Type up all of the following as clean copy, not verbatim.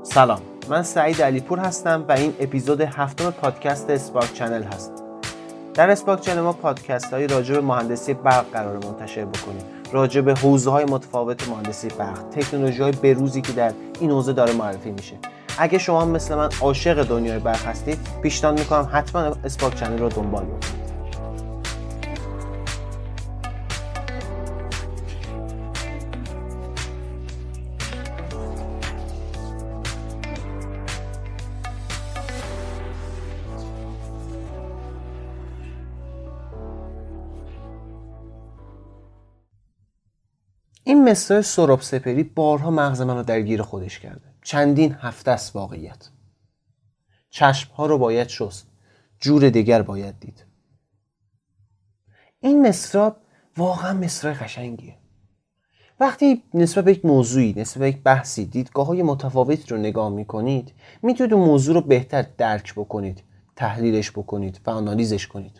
سلام، من سعید علیپور هستم و این اپیزود 7 پادکست اسپارک چنل هست. در اسپارک چنل ما پادکست های راجع به مهندسی برق قرار منتشر بکنیم، راجع به حوزه های متفاوت مهندسی برق، تکنولوژی های بروزی که در این حوزه داره معرفی میشه. اگه شما مثل من عاشق دنیای برق هستید، پیشنهاد میکنم حتما اسپارک چنل رو دنبال بکنید. این مصرع سراب سپری بارها مغز من رو درگیر خودش کرده. چندین هفته است واقعیت. چشمها رو باید شست، جور دیگر باید دید. این مصرع واقعا مصرع قشنگیه. وقتی نسبت به یک موضوعی، نسبت به یک بحثی دیدگاه‌های متفاوت رو نگاه می‌کنید، میتونید اون موضوع رو بهتر درک بکنید، تحلیلش بکنید و آنالیزش کنید.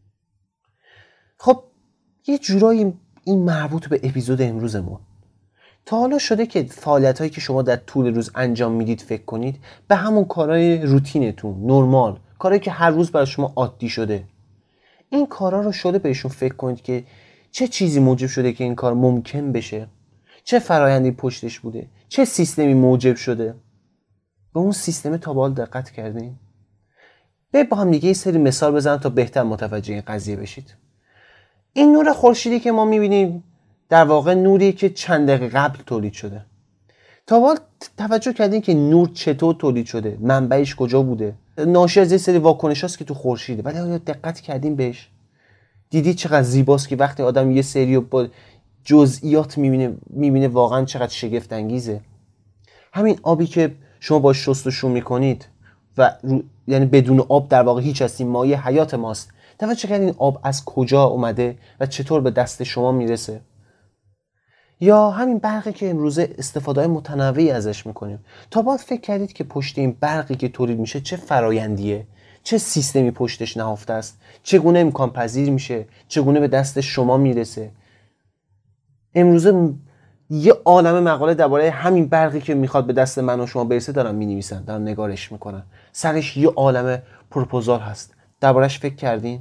خب یه جورایی این مربوط به اپیزود امروزمون. تا حالا شده که فعالیت‌هایی که شما در طول روز انجام میدید فکر کنید به همون کارهای روتینتون، نرمال، کارهایی که هر روز برای شما عادی شده. این کارا رو شده بهشون فکر کنید که چه چیزی موجب شده که این کار ممکن بشه؟ چه فرآیندی پشتش بوده؟ چه سیستمی موجب شده؟ به اون سیستم تا به حال دقت کردین؟ با هم دیگه یه سری مثال بزنم تا بهتر متوجه این قضیه بشید. این نور خورشیدی که ما میبینیم در واقع نوریه که چند دقیقه قبل تولید شده. تا حالا توجه کردین که نور چطور تولید شده؟ منبعش کجا بوده؟ ناشی از یه سری واکنشاست که تو خورشیده. ولی آیا دقت کردین بهش؟ دیدید چقدر زیباست که وقتی آدم یه سری رو با جزئیات میبینه واقعا چقدر شگفت انگیزه. همین آبی که شما باش شست و شو میکنید و یعنی بدون آب در واقع هیچ هستیم، مایه حیات ماست. توجه کردین آب از کجا اومده و چطور به دست شما میرسه؟ یا همین برقی که امروزه استفاده‌های متنوعی ازش میکنیم. تا بعد فکر کردید که پشت این برقی که تولید میشه چه فرایندیه؟ چه سیستمی پشتش نهفته است؟ چگونه امکان پذیر میشه؟ چگونه به دست شما میرسه؟ امروزه یه عالمه مقاله درباره همین برقی که میخواد به دست من و شما برسه دارن مینویسن، دارن نگارش میکنن. سرش یه عالمه پروپوزال هست. دربارش فکر کردین؟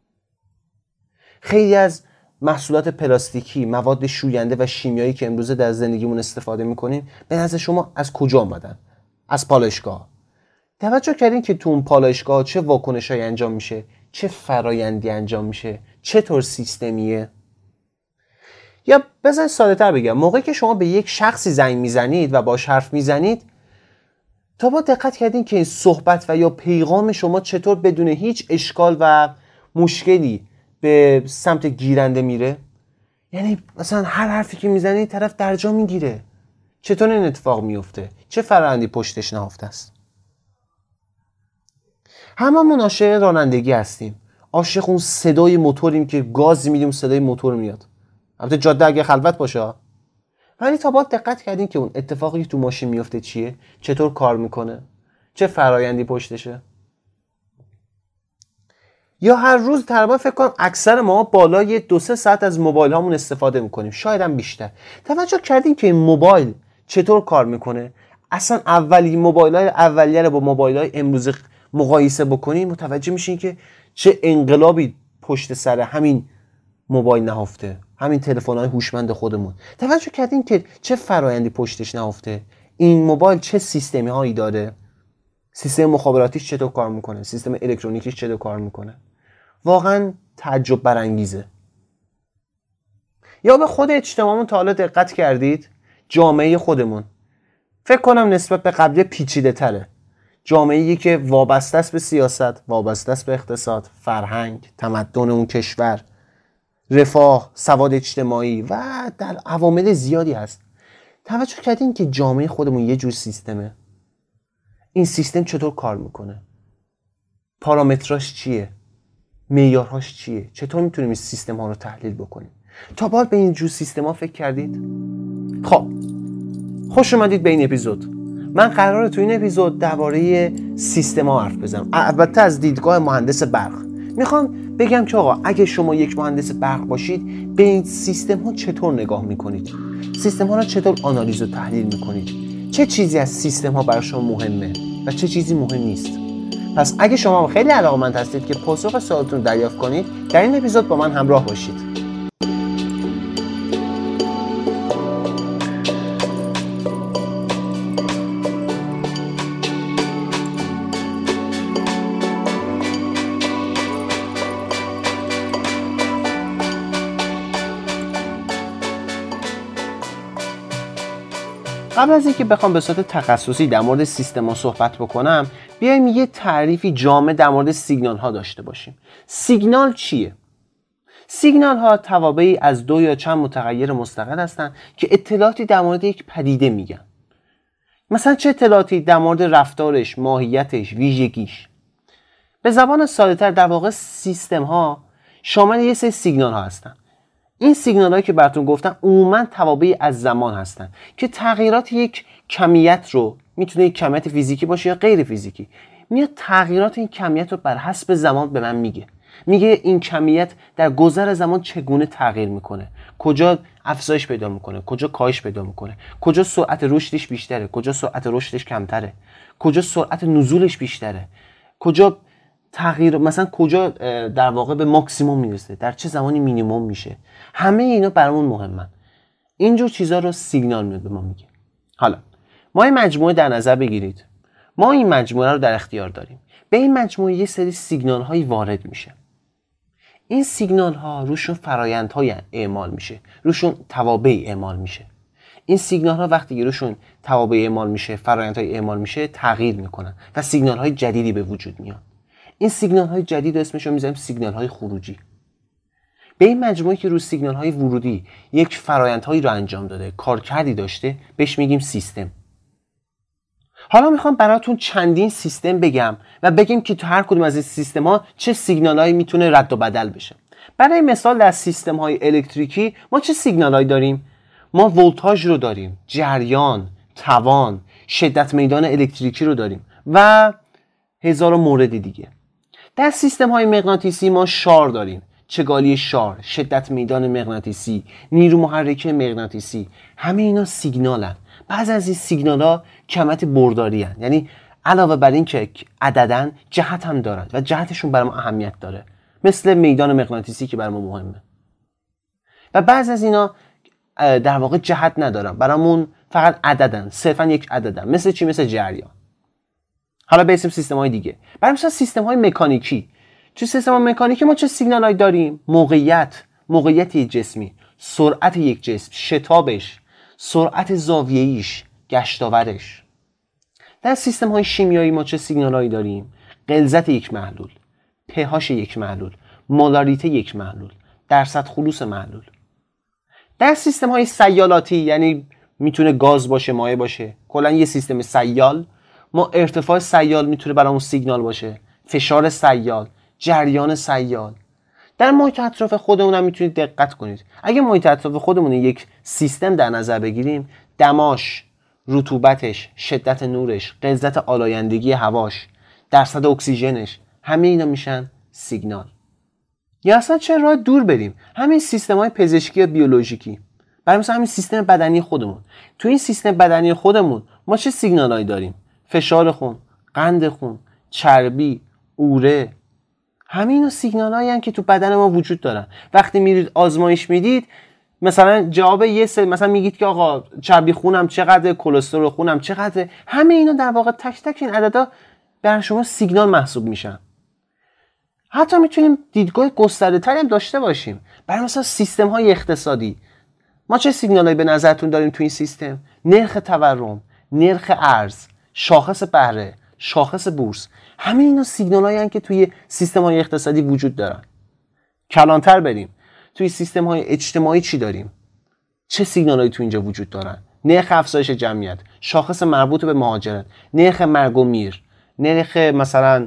خیلی از محصولات پلاستیکی، مواد شوینده و شیمیایی که امروزه در زندگیمون استفاده میکنیم به نظر شما از کجا آمدن؟ از پالایشگاه. توجه کردین که تو اون پالایشگاه چه واکنشایی انجام میشه؟ چه فرایندی انجام میشه؟ چطور سیستمیه؟ یا بذار ساده‌تر بگم، موقعی که شما به یک شخصی زنگ میزنید و باهاش حرف میزنید، تا با دقت کردین که این صحبت و یا پیغام شما چطور بدون هیچ اشکال و مشکلی به سمت گیرنده میره؟ یعنی مثلا هر حرفی که میزنی طرف درجا میگیره. چطور این اتفاق میفته؟ چه فرآیندی پشتش نهفته است؟ هممون عاشق رانندگی هستیم، عاشق اون صدای موتوریم که گاز میدیم صدای موتور میاد. البته جاده اگه خلوت باشه. ولی تا بعد دقت کردین که اون اتفاقی که تو ماشین میفته چیه؟ چطور کار میکنه؟ چه فرآیندی پشتشه؟ یا هر روز تقریبا فکر کنم اکثر ما بالای 2-3 ساعت از موبایل هامون استفاده میکنیم، شاید هم بیشتر. توجه کردین که این موبایل چطور کار میکنه؟ اصلا موبایل های اولیه رو با موبایل های امروز مقایسه بکنین متوجه میشین که چه انقلابی پشت سر همین موبایل نهفته، همین تلفن‌های هوشمند خودمون. توجه کردین که چه فرآیندی پشتش نهفته؟ این موبایل چه سیستمی هایی داره؟ سیستم مخابراتیش چطور کار میکنه؟ سیستم الکترونیکیش چطور کار میکنه؟ واقعا تعجب برانگیزه. یا به خود اجتماعمون تا حالا دقت کردید؟ جامعه خودمون فکر کنم نسبت به قبل پیچیده تره. جامعه‌ای که وابسته است به سیاست، وابسته است به اقتصاد، فرهنگ، تمدن اون کشور، رفاه، سواد اجتماعی و در عوامل زیادی هست. توجه کردین که جامعه خودمون یه جور سیستمه. این سیستم چطور کار میکنه؟ پارامتراش چیه؟ معیارهاش چیه؟ چطور میتونیم این سیستم ها رو تحلیل بکنیم؟ تا بعد به این جور سیستم ها فکر کردید؟ خب خوش اومدید به این اپیزود. من قراره تو این اپیزود درباره سیستم ها حرف بزنم، البته از دیدگاه مهندس برق. میخوام بگم که آقا اگه شما یک مهندس برق باشید به این سیستم ها چطور نگاه میکنید؟ سیستم ها رو چطور آنالیز و تحلیل میکنید؟ چه چیزی از سیستم ها برای شما مهمه و چه چیزی مهم نیست. پس اگه شما خیلی علاقه‌مند هستید که پاسخ سوالتون رو دریافت کنید، در این اپیزود با من همراه باشید. قبل از اینکه بخوام به صورت تخصصی در مورد سیستم‌ها صحبت بکنم، بیایم یه تعریفی جامع در مورد سیگنال ها داشته باشیم. سیگنال چیه؟ سیگنال ها توابعی از دو یا چند متغیر مستقل هستند که اطلاعاتی در مورد یک پدیده میگن. مثلا چه اطلاعاتی در مورد رفتارش، ماهیتش، ویژگیش. به زبان ساده‌تر در واقع سیستم ها شامل یه سری سیگنال ها هستن. این سیگنال هایی که براتون گفتم عموما توابعی از زمان هستن که تغییرات یک کمیت رو، میتونه یک کمیت فیزیکی باشه یا غیر فیزیکی، میاد تغییرات این کمیت رو بر حسب زمان به من میگه این کمیت در گذر زمان چگونه تغییر میکنه، کجا افزایش پیدا میکنه، کجا کاهش پیدا میکنه، کجا سرعت رشدش بیشتره، کجا سرعت رشدش کمتره، کجا سرعت نزولش بیشتره، کجا تغییر مثلا کجا در واقع به ماکسیموم میرسه، در چه زمانی مینیمم میشه. همه اینا برامون مهمن. اینجور چیزا رو سیگنال میاد به ما میگه. حالا ما این مجموعه در نظر بگیرید، ما این مجموعه رو در اختیار داریم. به این مجموعه یه سری سیگنال هایی وارد میشه. این سیگنال ها روشون فرایندهای اعمال میشه، روشون توابع اعمال میشه. این سیگنال ها وقتی که روشون توابع اعمال میشه، فرایندهای اعمال میشه، تغییر میکنن و سیگنال های جدیدی به وجود میاد. این سیگنال های جدید اسمش رو میذاریم سیگنال های خروجی. به این مجموعه که رو سیگنال های ورودی یک فرایندهایی رو انجام داده، کارکردی داشته، بهش میگیم سیستم. حالا میخوام براتون چندین سیستم بگم و بگیم که تو هر کدوم از این سیستم ها چه سیگنال هایی میتونه رد و بدل بشه. برای مثال در سیستم های الکتریکی ما چه سیگنال هایی داریم؟ ما ولتاژ رو داریم، جریان، توان، شدت میدان الکتریکی رو داریم و هزار مورد دیگه. در سیستم های مغناطیسی ما شار داریم، چگالی شار، شدت میدان مغناطیسی، نیرو محرکه مغناطیسی. همه اینا سیگنالن. بعضی از این سیگنال ها کمیت برداری هن. یعنی علاوه بر این که عددن، جهت هم دارن و جهتشون برای ما اهمیت داره، مثل میدان مغناطیسی که برای ما مهمه. و بعضی از اینا در واقع جهت ندارن، برامون فقط عددن، صرفا یک عددن. مثل چی؟ مثل جریان. حالا برسیم سیستم های دیگه. برای مثلا سیستم های مکانیکی. تو سیستم های مکانیکی ما چه سیگنال هایی داریم؟ موقعیت یک جسمی، سرعت یک جسم، شتابش، سرعت زاویه‌ایش، گشتاورش. در سیستم های شیمیایی ما چه سیگنال هایی داریم؟ غلظت یک محلول، pH یک محلول، مولاریته یک محلول، درصد خلوص محلول. در سیستم های سیالاتی، یعنی میتونه گاز باشه، مایع باشه، کلا یه سیستم سیال، ما ارتفاع سیال میتونه برامون سیگنال باشه، فشار سیال، جریان سیال. در محیط اطراف خودمون هم میتونید دقت کنید. اگه محیط اطراف خودمون یک سیستم در نظر بگیریم، دماش، رطوبتش، شدت نورش، غلظت آلایندگی هواش، درصد اکسیژنش، همه اینا میشن سیگنال. یا اصلا چه راه دور بریم، همین سیستم‌های پزشکی و بیولوژیکی. برای مثلا همین سیستم بدنی خودمون. تو این سیستم بدنی خودمون ما چه سیگنالایی داریم؟ فشار خون، قند خون، چربی، اوره. همه اینا سیگنالایی هستن که تو بدن ما وجود دارن. وقتی میرید آزمایش میدید، مثلا جواب مثلا میگید که آقا چربی خونم چقدره، کلسترول خونم چقدره. همه اینا در واقع تک تک این عددا برای شما سیگنال محسوب میشن. حتی میتونیم دیدگاه گسترده‌تری هم داشته باشیم. برای مثلا سیستم های اقتصادی ما چه سیگنالایی به نظرتون داریم تو این سیستم؟ نرخ تورم، نرخ ارز، شاخص بهره، شاخص بورس. همه اینا سیگنالایی هستن که توی سیستم های اقتصادی وجود دارن. کلانتر بریم، توی سیستم های اجتماعی چی داریم؟ چه سیگنالایی تو اینجا وجود دارن؟ نرخ افزایش جمعیت، شاخص مربوط به مهاجرت، نرخ مرگ و میر، نرخ مثلا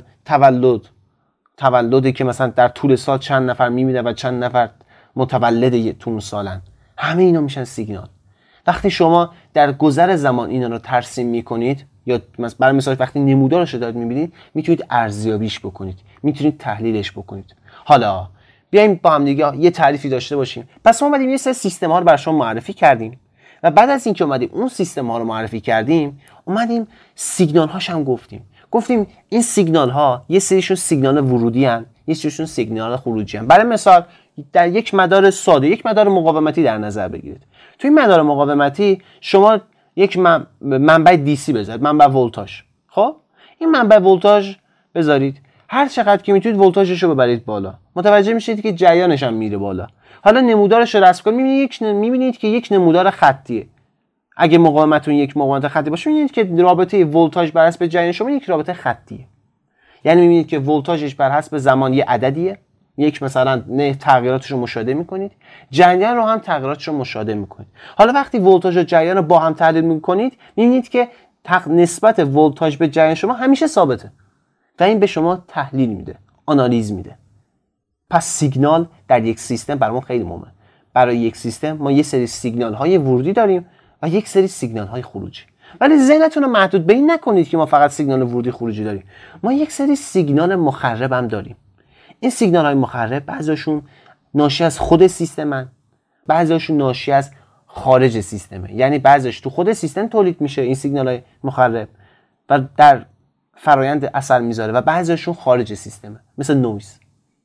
تولدی که مثلا در طول سال چند نفر میمیرن و چند نفر متولد تو سالن. همه اینا میشن سیگنال. وقتی شما در گذر زمان اینا رو ترسیم میکنید، یا برای مثال وقتی نمودارش رو دارید میبینید، میتونید ارزیابیش بکنید، میتونید تحلیلش بکنید. حالا بیایم با هم دیگه یه تعریفی داشته باشیم. پس ما اومدیم یه سری سیستم ها رو برای شما معرفی کردیم و بعد از اینکه اومدیم اون سیستم ها رو معرفی کردیم، اومدیم سیگنال هاش هم گفتیم این سیگنال ها یه سریشون سیگنال ورودی ان، یه سریشون سیگنال خروجی ان. برای مثال در یک مدار ساده، یک مدار مقاومتی در نظر بگیرید. توی این مدار مقاومتی شما یک منبع دیسی بذارید، منبع ولتاژ. خب این منبع ولتاژ بذارید، هر چقدر که میتونید ولتاژش رو ببرید بالا، متوجه میشید که جریانش هم میره بالا. حالا نمودارش رو رسم کنید، میبینید که یک نمودار خطیه. اگه مقاومتون یک مقاومت خطی باشه، میبینید که رابطه ولتاژ بر حسب جریان شما یک رابطه خطیه. یعنی میبینید که ولتاژش بر حسب زمان یه عددیه، یک مثلا تغییراتش رو مشاهده میکنید، جریان رو هم تغییراتش رو مشاهده میکنید. حالا وقتی ولتاژ و جریان رو با هم تحلیل میکنید، میبینید که نسبت ولتاژ به جریان شما همیشه ثابته و این به شما تحلیل میده، آنالیز میده. پس سیگنال در یک سیستم برامون خیلی مهمه. برای یک سیستم ما یه سری سیگنال های ورودی داریم و یک سری سیگنال های خروجی. ولی ذهنتون رو محدود به این نکنید که ما فقط سیگنال ورودی خروجی داریم. ما یک سری سیگنال مخرب هم داریم. این سیگنال های مخرب بعضیشون ناشی از خود سیستمن، بعضیشون ناشی از خارج سیستمه. یعنی بعضیش تو خود سیستم تولید میشه این سیگنال های مخرب و در فرایند اثر میذاره و بعضیشون خارج سیستمه، مثل نویز.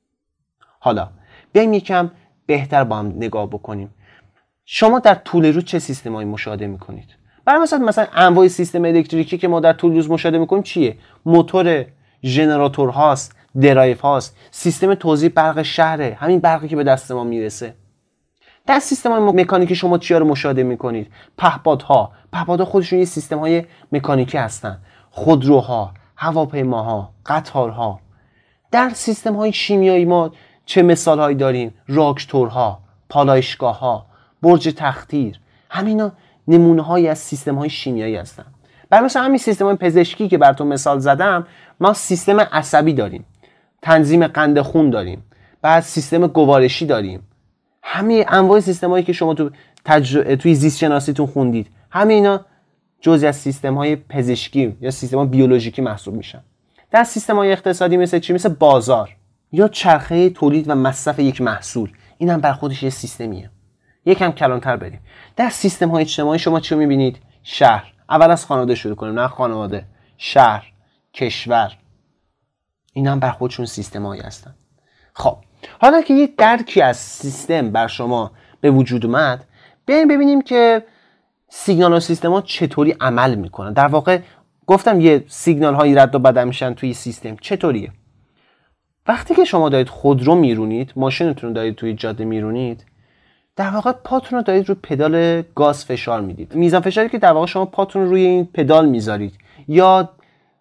حالا بیایم یکم بهتر با هم نگاه بکنیم. شما در طول روز چه سیستمایی مشاهده میکنید؟ برای مثلا انواع سیستم الکتریکی که ما در طول روز مشاهده میکنیم چیه؟ موتور، ژنراتور هاست، درایو هاست، سیستم توزیع برق شهره، همین برقی که به دست ما میرسه. در سیستم‌های مکانیکی شما چیا رو مشاهده میکنید؟ پهپادها خودشون یه سیستم‌های مکانیکی هستن. خودروها، هواپیماها، قطارها. در سیستم‌های شیمیایی ما چه مثال‌هایی داریم؟ راکتورها، پالایشگاه‌ها، برج تختیر. همینا نمونه‌هایی از سیستم‌های شیمیایی هستن. برای مثلا همین سیستم‌های پزشکی که براتون مثال زدم، ما سیستم عصبی داریم، تنظیم قند خون داریم، بعد سیستم گوارشی داریم. همه انواع سیستم‌هایی که شما توی زیست شناسیتون خوندید، همه اینا جزئی از سیستم‌های پزشکی یا سیستم‌های بیولوژیکی محسوب میشن. در سیستم‌های اقتصادی مثل چی؟ مثل بازار یا چرخه تولید و مصرف یک محصول. این هم بر خودش یه سیستمیه. یکم کلانتر بریم. در سیستم‌های اجتماعی شما چی رو می‌بینید؟ شهر. اول از خانواده شروع کنیم. نه خانواده، شهر، کشور. این هم بر خودشون سیستم‌هایی هستن. خب حالا که یه درکی از سیستم بر شما به وجود اومد، بیایم ببینیم که سیگنال و سیستم‌ها چطوری عمل میکنن. در واقع گفتم یه سیگنال هایی رد و بدل میشن توی سیستم. چطوریه؟ وقتی که شما دارید خودرو میرونید، ماشینتون رو دارید توی جاده میرونید، در واقع پاتون رو دارید روی پدال گاز فشار میدید. میزان فشاری که در واقع شما پاتون رو روی این پدال میذارید یا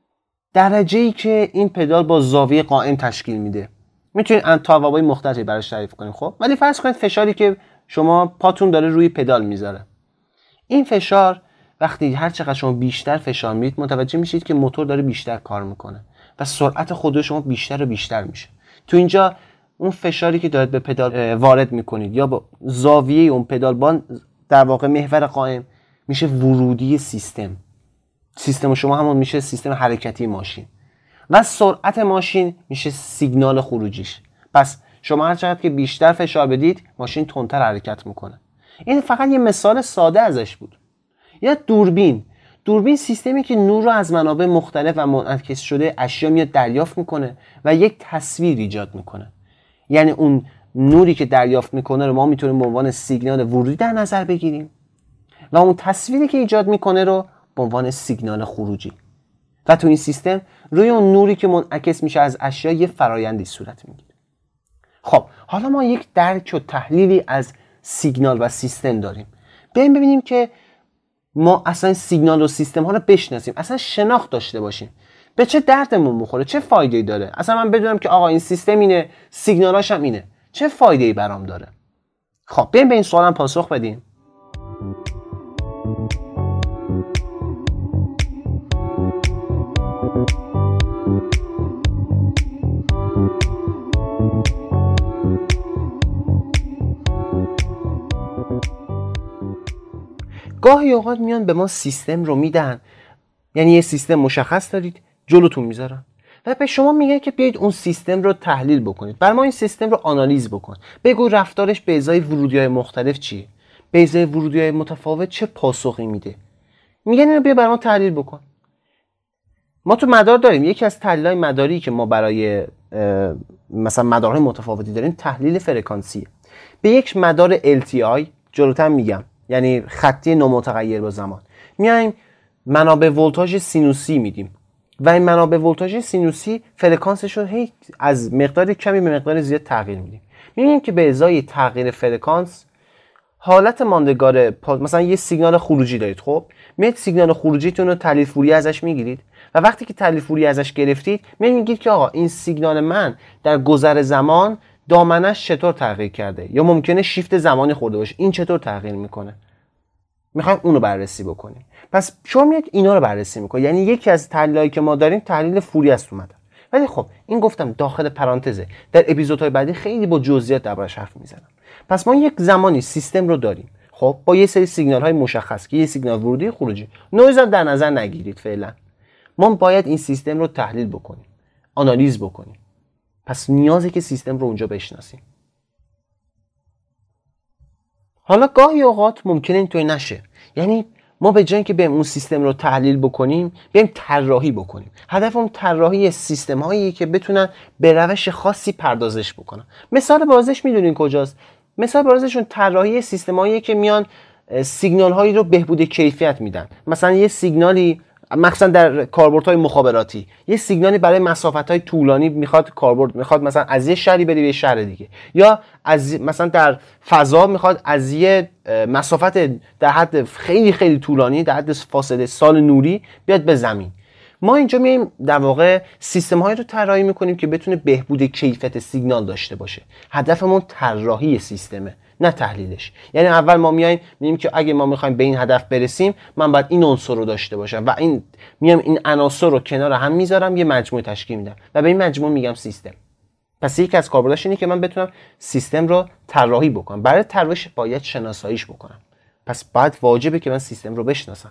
درجه‌ای که این پدال با زاویه قائم تشکیل میده، میتونید انتوابای مختلفی براش تعریف کنید. خب ولی فرض کنید فشاری که شما پاتون داره روی پدال میذاره، این فشار وقتی هر چقدر شما بیشتر فشار میدید، متوجه میشید که موتور داره بیشتر کار میکنه و سرعت خودرو شما بیشتر و بیشتر میشه. تو اینجا اون فشاری که دارید به پدال وارد میکنید یا با زاویه اون پدال بان در واقع محور قائم میشه ورودی سیستم. سیستم شما همون میشه سیستم حرکتی ماشین و سرعت ماشین میشه سیگنال خروجیش. پس شما هر چقدر که بیشتر فشار بدید، ماشین تندتر حرکت میکنه. این فقط یه مثال ساده ازش بود. یا دوربین سیستمی که نور رو از منابع مختلف و منعکس شده اشیا میاد دریافت میکنه و یک تصویر ایجاد میکنه. یعنی اون نوری که دریافت میکنه رو ما میتونیم به عنوان سیگنال ورودی در نظر بگیریم و اون تصویری که ایجاد میکنه رو به عنوان سیگنال خروجی. و تو این سیستم روی اون نوری که منعکس میشه از اشیا یه فرایندی صورت میگیره. خب حالا ما یک درک و تحلیلی از سیگنال و سیستم داریم. بیایم ببینیم که ما اصلا سیگنال و سیستم ها رو بشناسیم، اصلا شناخت داشته باشیم. به چه دردمون میخوره؟ چه فایده‌ای داره؟ اصلا من بدونم که آقا این سیستم اینه، سیگنالاش هم اینه. چه فایده‌ای برام داره؟ خب بیایم به این سوال هم پاسخ بدیم. گاهی اوقات میان به ما سیستم رو میدن، یعنی یه سیستم مشخص دارید جلوتون میذارن و به شما میگن که بیایید اون سیستم رو تحلیل بکنید. برای ما این سیستم رو آنالیز بکن، بگو رفتارش به ازای ورودی‌های مختلف چیه، بیضه ورودی‌های متفاوت چه پاسخی میده. میگن اینو بیا برام تحلیل بکن. ما تو مدار داریم، یکی از تحلیل‌های مداری که ما برای مثلا مدارهای متفاوتی داریم تحلیل فرکانسیه. به یک مدار LTI جلوتر میگم، یعنی خطی نامتغیر با زمان، میایم منابع ولتاژ سینوسی میدیم و این منابع ولتاژ سینوسی فرکانسش رو هی از مقدار کمی به مقدار زیاد تغییر میدیم. میبینیم که به ازای تغییر فرکانس حالت ماندگار مثلا یه سیگنال خروجی دارید، خب میاد سیگنال خروجیتون رو تحلیل فوریه ازش میگیرید و وقتی که تحلیل فوریه ازش گرفتید میگید که آقا این سیگنال من در گذر زمان دامنش چطور تغییر کرده یا ممکنه شیفت زمانی خورده باشه، این چطور تغییر میکنه، میخوایم اونو بررسی بکنیم. پس شما میاد اینا رو بررسی میکنید. یعنی یکی از تحلیلایی که ما داریم تحلیل فوریه است اومده. ولی خب این گفتم داخل پرانتزه، در اپیزودهای بعدی خیلی با جزئیات دربارش حرف میزنم. پس ما یک زمانی سیستم رو داریم، خب با یه سری سیگنال های مشخص که یه سیگنال ورودی خروجی، نویز در نظر نگیرید فعلا. ما باید این سیستم رو تحلیل بکنیم، آنالیز بکنیم. پس نیازه که سیستم رو اونجا بشناسیم. حالا گاهی اوقات ممکنه اینطوری نشه، یعنی ما به جای اینکه بریم اون سیستم رو تحلیل بکنیم بریم طراحی بکنیم. هدفم طراحی سیستم هایی که بتونن به روش خاصی پردازش بکنن. مثال بازش میدونین کجاست؟ مثال بازشون طراحی سیستم هایی که میان سیگنال هایی رو بهبود کیفیت میدن. مثلا یه سیگنالی مثلا در کاربردهای مخابراتی یه سیگنالی برای مسافت‌های طولانی میخواد کاربرد میخواد مثلا از یه شهری بره به یه شهر دیگه، یا از مثلا در فضا میخواد از یه مسافت در حد خیلی خیلی طولانی در حد فاصله سال نوری بیاد به زمین. ما اینجا میایم در واقع سیستم‌هایی رو طراحی میکنیم که بتونه بهبود کیفیت سیگنال داشته باشه. هدفمون طراحی سیستمه نه تحلیلش. یعنی اول ما میایم که اگه ما میخوایم به این هدف برسیم من باید این عنصر رو داشته باشم و این عناصر رو کنار هم میذارم یه مجموعه تشکیل میدم و به این مجموعه میگم سیستم. پس یکی از کاربرداش اینه که من بتونم سیستم رو طراحی بکنم. برای طراحیش باید شناساییش بکنم. پس باید واجبه که من سیستم رو بشناسم.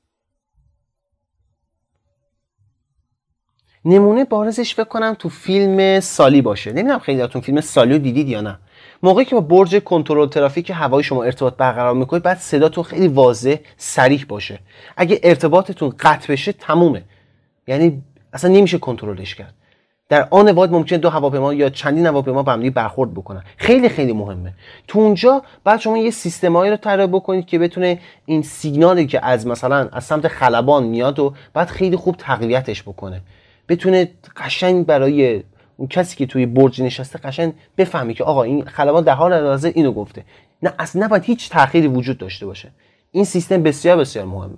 نمونه بارزش فکر کنم تو فیلم سالی باشه. نمیدونم خیلیاتون فیلم سالی رو دیدید یا نه. موقعی که با برج کنترل ترافیک هوایی شما ارتباط برقرار میکنید بعد صداتون خیلی واضح صریح باشه. اگه ارتباطتون قطع بشه تمومه، یعنی اصلا نمیشه کنترلش کرد. در آن واحد ممکنه دو هواپیما یا چندین هواپیما با هم برخورد بکنن. خیلی خیلی مهمه. تو اونجا بعد شما یه سیستمایی رو طراحی بکنید که بتونه این سیگنالی که از مثلا از سمت خلبان میاد و بعد خیلی خوب تقویتش بکنه، بتونه قشنگ برای اون کسی که توی برج نشسته قشنگ بفهمی که آقا این خلبان در حال حاضر اینو گفته. نه اصلا نباید هیچ تأخیری وجود داشته باشه. این سیستم بسیار بسیار مهمه.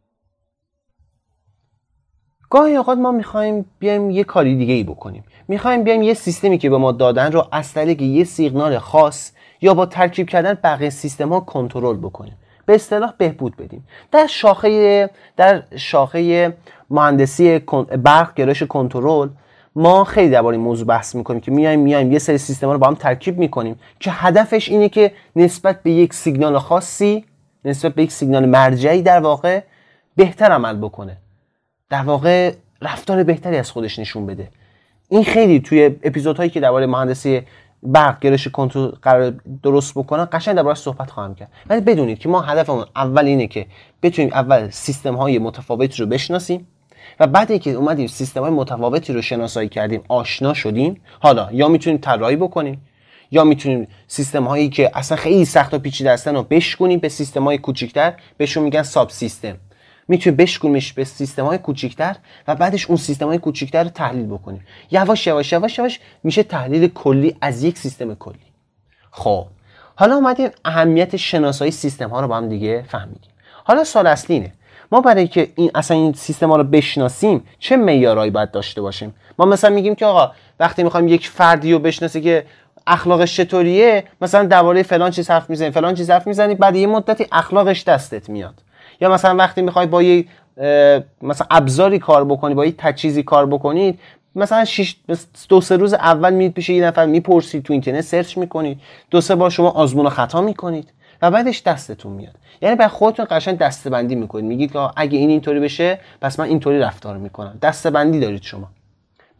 گاهی اوقات ما میخوایم بیایم یه کاری دیگه ای بکنیم. میخوایم بیایم یه سیستمی که به ما دادن رو از طریق یه سیگنال خاص یا با ترکیب کردن بقیه سیستم‌ها کنترل بکنیم. به اصطلاح بهبود بدیم. در شاخه مهندسی برق گرایش کنترل ما خیلی درباره این موضوع بحث میکنیم که میایم یه سری سیستم‌ها رو با هم ترکیب میکنیم که هدفش اینه که نسبت به یک سیگنال خاصی، نسبت به یک سیگنال مرجعی در واقع بهتر عمل بکنه. در واقع رفتار بهتری از خودش نشون بده. این خیلی توی اپیزودهایی که درباره مهندسی برق گرایش کنترل قرار درست بکنن قشنگ دربارش صحبت خواهم کرد. ولی بدونید که ما هدفمون اول اینه که بتونیم اول سیستم‌های متفاوتی رو بشناسیم و بعد اینکه اومدیم سیستم‌های متفاوتی رو شناسایی کردیم، آشنا شدیم، حالا یا میتونیم طراحی بکنیم یا میتونیم سیستم‌هایی که اصلا خیلی سخت و پیچیده هستن رو بشکنیم به سیستم‌های کوچیک‌تر، بهشون میگن ساب سیستم. میتونیم بشکنیمش به سیستم‌های کوچیک‌تر و بعدش اون سیستم‌های کوچیک‌تر رو تحلیل بکنیم. یواش یواش میشه تحلیل کلی از یک سیستم کلی. خب حالا اومدیم اهمیت شناسایی سیستم‌ها رو با هم دیگه فهمیدیم. حالا سوال اصلی اینه، ما برای که این سیستم‌ها رو بشناسیم چه معیارایی باید داشته باشیم؟ ما مثلا میگیم که آقا وقتی می‌خوایم یک فردی رو بشناسیم که اخلاقش چطوریه، مثلا درباره فلان چیز حرف میزنی، بعد یه مدتی اخلاقش دستت میاد. یا مثلا وقتی میخوای با یه مثلا ابزاری کار بکنی، با یه تجهیزی کار بکنید، مثلا 2-3 روز اول میرید پیش یه نفر میپرسید، تو اینترنت سرچ میکنید، 2-3 بار شما آزمون و خطا میکنید و بعدش دستتون میاد. یعنی برای خودتون قشنگ دسته‌بندی میکنید، میگید که اگه اینطوری بشه پس من اینطوری رفتار میکنم. دسته‌بندی دارید شما.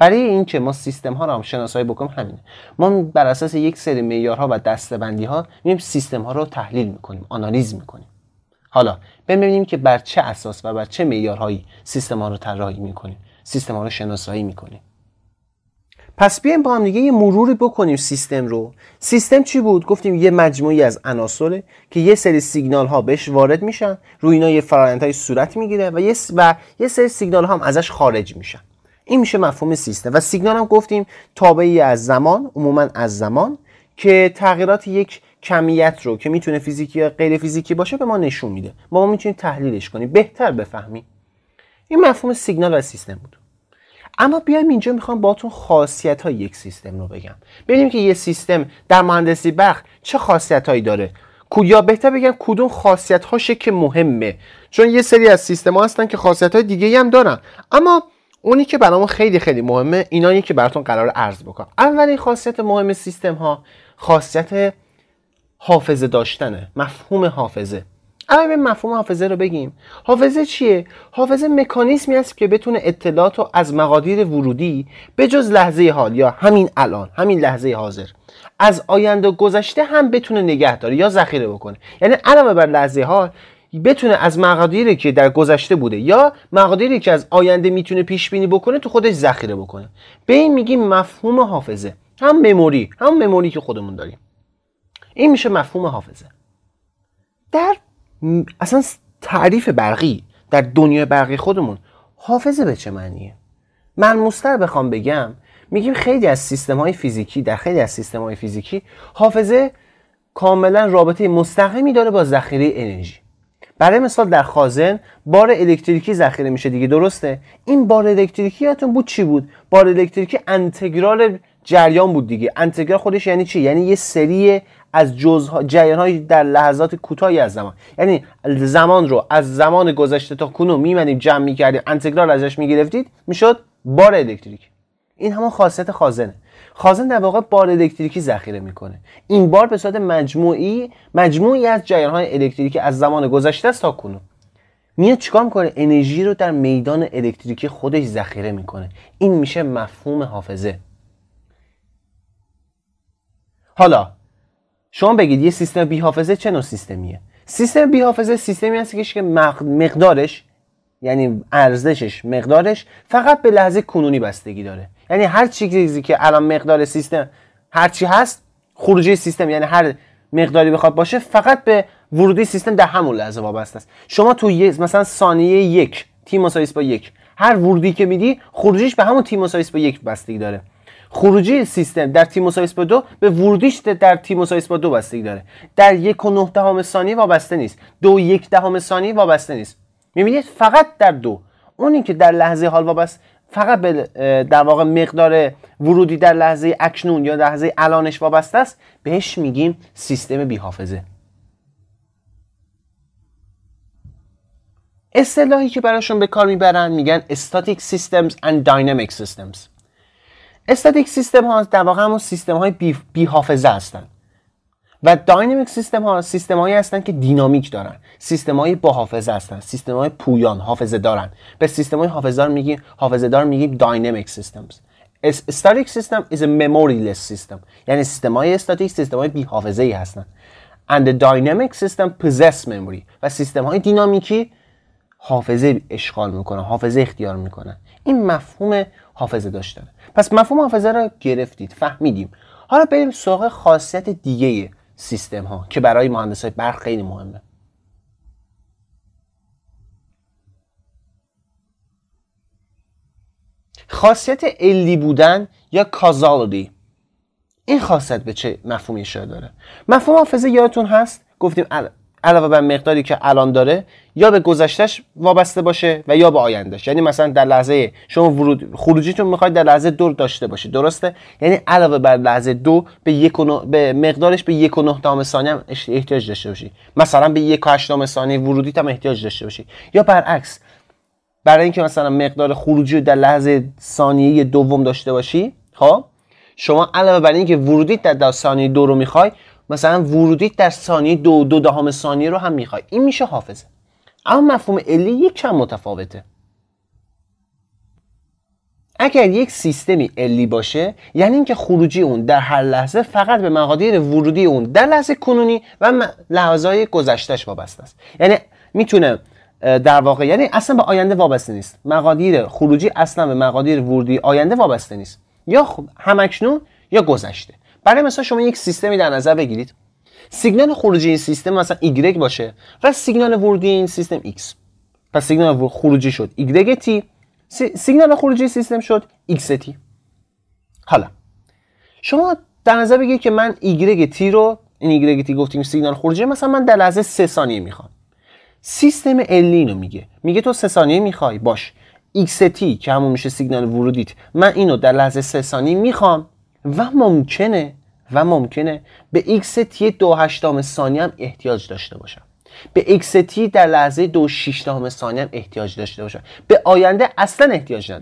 برای اینکه ما سیستم ها رو هم شناسایی بکنیم همینه. ما بر اساس یک سری معیارها و دسته‌بندی ها میایم سیستم ها رو تحلیل میکنیم، آنالیز میکنیم. حالا ببینیم که بر چه اساس و بر چه معیارهایی سیستم ها رو طراحی میکنیم، سیستم ها رو شناسایی میکنیم. پس بیایم با هم دیگه یه مروری بکنیم سیستم رو. سیستم چی بود؟ گفتیم یه مجموعی از عناصره که یه سری سیگنال ها بهش وارد میشن، روی اینا یه فرآیندهای صورت میگیره و یه سری سیگنال ها هم ازش خارج میشن. این میشه مفهوم سیستم. و سیگنال هم گفتیم تابعی از زمان، عموما از زمان، که تغییرات یک کمیت رو که میتونه فیزیکی یا غیر فیزیکی باشه به ما نشون میده. ما میتونیم تحلیلش کنیم، بهتر بفهمیم. این مفهوم سیگنال و سیستم بود. اما بیایم اینجا میخوام باهاتون خاصیت های یک سیستم رو بگم. ببینیم که یه سیستم در مهندسی برق چه خاصیت هایی داره، یا بهتر بگم کدوم خاصیت هاشه که مهمه. چون یه سری از سیستم ها هستن که خاصیت های دیگه هم دارن، اما اونی که برامون خیلی خیلی مهمه اینایی که براتون قرار عرض بکنم. اولین خاصیت مهم سیستم ها خاصیت حافظه داشتنه، مفهوم حافظه. اما به مفهوم حافظه رو بگیم. حافظه چیه؟ حافظه مکانیزمی است که بتونه اطلاعات رو از مقادیر ورودی به جز لحظه حال یا همین الان، همین لحظه حاضر، از آینده و گذشته هم بتونه نگه داره یا ذخیره بکنه. یعنی علاوه بر لحظه حال بتونه از مقادیری که در گذشته بوده یا مقادیری که از آینده میتونه پیش بینی بکنه تو خودش ذخیره بکنه. به این میگیم مفهوم حافظه. هم مموری که خودمون داریم. این میشه مفهوم حافظه. در اصلا تعریف برقی در دنیای برقی خودمون حافظه به چه معنیه؟ ملموس‌تر بخوام بگم میگیم خیلی از سیستم‌های فیزیکی، در خیلی از سیستم‌های فیزیکی حافظه کاملا رابطه مستقیمی داره با ذخیره انرژی. برای مثال در خازن بار الکتریکی ذخیره میشه دیگه، درسته؟ این بار الکتریکی یادتون بود چی بود؟ بار الکتریکی انتگرال جریان بود دیگه. انتگرال خودش یعنی چی؟ یعنی یه سری از جریان‌های در لحظات کوتاهی از زمان. یعنی زمان رو از زمان گذشته تا کنون میمدیم جمع می‌کردیم، انتگرال ازش می‌گرفتید، میشد بار الکتریکی. این همون خاصیت خازنه. خازن در واقع بار الکتریکی ذخیره میکنه. این بار به صورت مجموعی از جریان‌های الکتریکی از زمان گذشته است تا کنون. میاد چیکار میکنه؟ انرژی رو در میدان الکتریکی خودش ذخیره میکنه. این میشه مفهوم حافظه. حالا شما بگید یه سیستم بی حافظه چه نوع سیستمیه؟ سیستم بی حافظه سیستمی هست که مقدارش، یعنی ارزشش، مقدارش فقط به لحظه کنونی بستگی داره. یعنی هر چیزی که الان مقدار سیستم هر چی هست، خروجی سیستم یعنی هر مقداری بخواد باشه فقط به ورودی سیستم در همون لحظه وابسته است. شما تو مثلا ثانیه 1 تی مساوی با 1، هر ورودی که میدی خروجیش به همون تی مساوی با 1 بستگی داره. خروجی سیستم در تی مساوی با 2 به ورودیش در تی مساوی با 2 بستگی داره. در 1.9 ثانیه وابسته نیست. 2.1 ثانیه وابسته نیست. می‌بینید فقط در 2. اونی که در لحظه حال وابسته فقط به در واقع مقدار ورودی در لحظه اکنون یا لحظه الانش وابسته است، بهش میگیم سیستم بی حافظه. اصطلاحی که براشون به کار میبرن میگن static systems and dynamic systems. استاتیک سیستم ها در واقع همون سیستم های بی حافظه هستن و داینامیک سیستم ها سیستم هایی هستن که دینامیک دارن، سیستم های با حافظه هستن، سیستم های پویان حافظه دارن. به سیستم های حافظه دار میگیم داینامیک سیستمز. استاتیک سیستم is a memoryless system، یعنی سیستم های استاتیک سیستم های بی حافظه ای هستن. and the dynamic system possess memory، و سیستم های دینامیکی حافظه اشغال میکنن، حافظه اختیار میکنن. این مفهوم حافظه داشتن. پس مفهوم حافظه رو گرفتید، فهمیدیم. حالا بریم سراغ خاصیت دیگه سیستم ها که برای مهندسای برق خیلی مهمه. خاصیت علی بودن یا کازالیتی. این خاصیت به چه مفهومی اشاره داره؟ مفهوم حافظه یادتون هست گفتیم علاوه بر مقداری که الان داره یا به گذشتهش وابسته باشه و یا به آیندهش. یعنی مثلا در لحظه شما خروجیتون میخواید در لحظه 2 داشته باشید، درسته؟ یعنی علاوه بر لحظه 2 به مقدارش به 1.9 ثانیه هم احتیاج داشته باشید. مثلا به 1.8 ثانیه ورودیت هم احتیاج داشته باشید. یا برعکس، برای اینکه مثلا مقدار خروجی رو در لحظه ثانیه دوم داشته باشی، خب شما علاوه بر اینکه ورودیت در ثانیه 2 رو میخوای، مثلا ورودیت در ثانیه 2.2 ثانیه رو هم میخوای. این میشه حافظه. اما مفهوم علی یک کم متفاوته. اگر یک سیستمی علی باشه یعنی اینکه خروجی اون در هر لحظه فقط به مقادیر ورودی اون در لحظه کنونی و لحظه‌های گذشتهش وابسته است. یعنی میتونه در واقع یعنی اصلا به آینده وابسته نیست. مقادیر خروجی اصلا به مقادیر ورودی آینده وابسته نیست، یا همکنون یا گذشته. برای مثلا شما یک سیستمی در نظر بگیرید، سیگنال خروجی این سیستم مثلا Y باشه و سیگنال ورودی این سیستم X. پس سیگنال خروجی شد YT، سیگنال خروجی سیستم شد XT. حالا شما در نظر بگیرید که من YT رو، این YT گفتیم سیگنال خروجی، مثلا من در لحظه 3 ثانیه میخوام. سیستم علی اینو میگه تو 3 ثانیه میخوای، باش XT که همون میشه سیگنال ورودیت، من اینو در لحظه 3 ثانیه میخوام و ممکنه به XT 2/8 ثانیه هم احتیاج داشته باشم، به XT در لحظه 2/6 ثانیه هم احتیاج داشته باشم. به آینده اصلا احتیاج